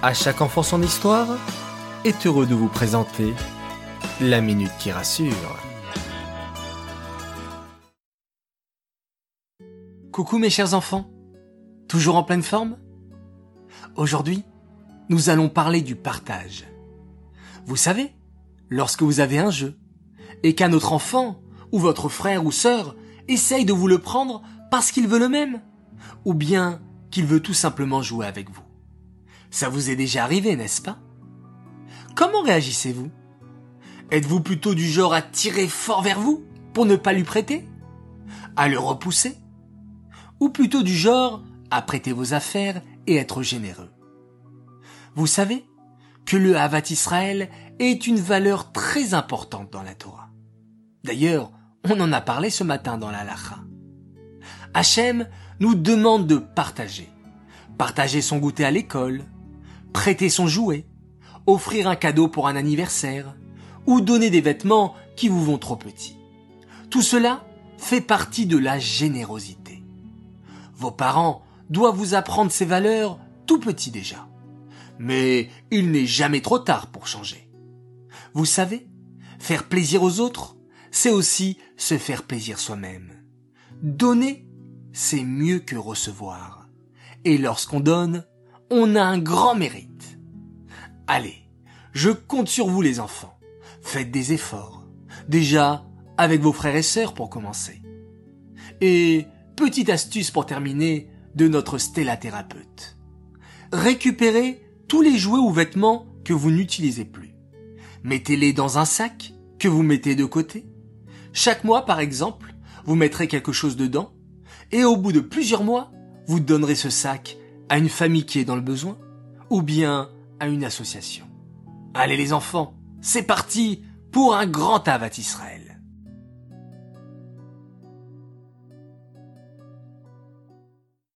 À chaque enfant son histoire est heureux de vous présenter la Minute qui rassure. Coucou mes chers enfants, toujours en pleine forme? Aujourd'hui, nous allons parler du partage. Vous savez, lorsque vous avez un jeu et qu'un autre enfant ou votre frère ou sœur essaye de vous le prendre parce qu'il veut le même, ou bien qu'il veut tout simplement jouer avec vous. Ça vous est déjà arrivé, n'est-ce pas? Comment réagissez-vous? Êtes-vous plutôt du genre à tirer fort vers vous pour ne pas lui prêter? À le repousser? Ou plutôt du genre à prêter vos affaires et être généreux? Vous savez que le Ahavat Israël est une valeur très importante dans la Torah. D'ailleurs, on en a parlé ce matin dans la Halacha. Hachem nous demande de partager. Partager son goûter à l'école, prêter son jouet, offrir un cadeau pour un anniversaire, ou donner des vêtements qui vous vont trop petits. Tout cela fait partie de la générosité. Vos parents doivent vous apprendre ces valeurs tout petit déjà. Mais il n'est jamais trop tard pour changer. Vous savez, faire plaisir aux autres, c'est aussi se faire plaisir soi-même. Donner, c'est mieux que recevoir. Et lorsqu'on donne, on a un grand mérite. Allez, je compte sur vous les enfants. Faites des efforts. Déjà, avec vos frères et sœurs pour commencer. Et petite astuce pour terminer de notre Stella thérapeute. Récupérez tous les jouets ou vêtements que vous n'utilisez plus. Mettez-les dans un sac que vous mettez de côté. Chaque mois, par exemple, vous mettrez quelque chose dedans. Et au bout de plusieurs mois, vous donnerez ce sac à une famille qui est dans le besoin ou bien à une association. Allez les enfants, c'est parti pour un grand Ahavat Israël.